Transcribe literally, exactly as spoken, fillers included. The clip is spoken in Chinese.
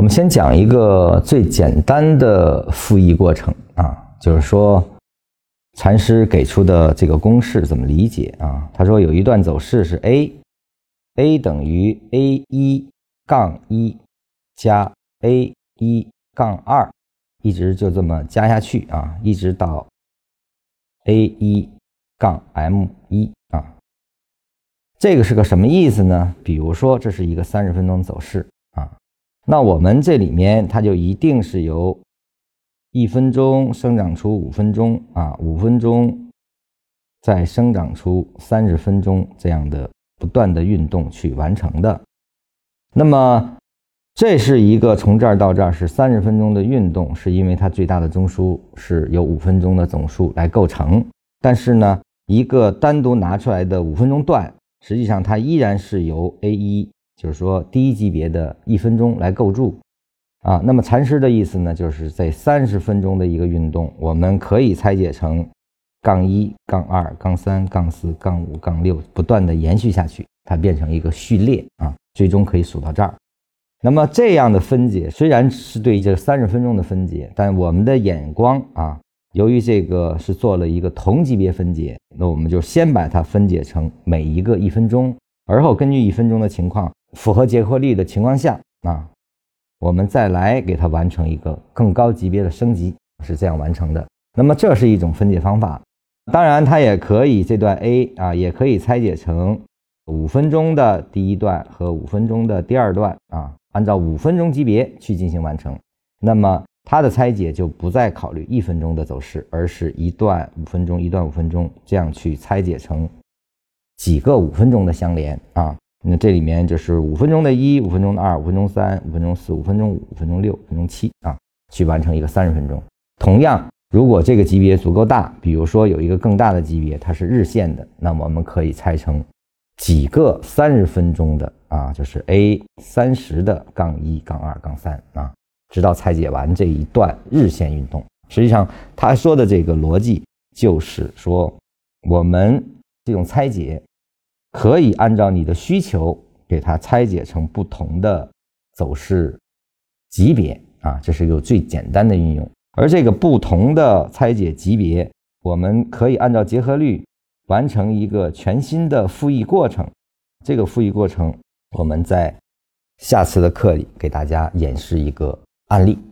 我们先讲一个最简单的复议过程啊，就是说禅师给出的这个公式怎么理解啊？他说有一段走势是 A，A 等于 A 一 杠一加 A 一 杠二，一直就这么加下去啊，一直到 A 一 杠 M 一啊。这个是个什么意思呢？比如说这是一个三十分钟走势啊，那我们这里面它就一定是由一分钟生长出五分钟啊，五分钟再生长出三十分钟这样的不断的运动去完成的。那么这是一个从这儿到这儿是三十分钟的运动，是因为它最大的中枢是由五分钟的总数来构成。但是呢，一个单独拿出来的五分钟段，实际上它依然是由 A 一， 就是说第一级别的一分钟来构筑啊。那么禅师的意思呢，就是在三十分钟的一个运动，我们可以拆解成杠一、杠二、杠三、杠四、杠五、杠六，不断的延续下去，它变成一个序列啊，最终可以数到这儿。那么这样的分解虽然是对这三十分钟的分解，但我们的眼光啊，由于这个是做了一个同级别分解，那我们就先把它分解成每一个一分钟，而后根据一分钟的情况，符合结合力的情况下啊，我们再来给它完成一个更高级别的升级，是这样完成的。那么这是一种分解方法。当然它也可以这段 A 啊，也可以拆解成五分钟的第一段和五分钟的第二段啊，按照五分钟级别去进行完成。那么它的拆解就不再考虑一分钟的走势，而是一段五分钟一段五分钟这样去拆解成几个五分钟的相连啊。那这里面就是五分钟的一、五分钟的二、五分钟三、五分钟四、五分钟五、五分钟六、五分钟七啊，去完成一个三十分钟。同样，如果这个级别足够大，比如说有一个更大的级别，它是日线的，那么我们可以拆成几个三十分钟的啊，就是 A 三十的杠一、杠二、杠三啊，直到拆解完这一段日线运动。实际上他说的这个逻辑就是说，我们这种拆解可以按照你的需求给它拆解成不同的走势级别啊，这是一个最简单的运用。而这个不同的拆解级别，我们可以按照结合律完成一个全新的复议过程。这个复议过程我们在下次的课里给大家演示一个案例。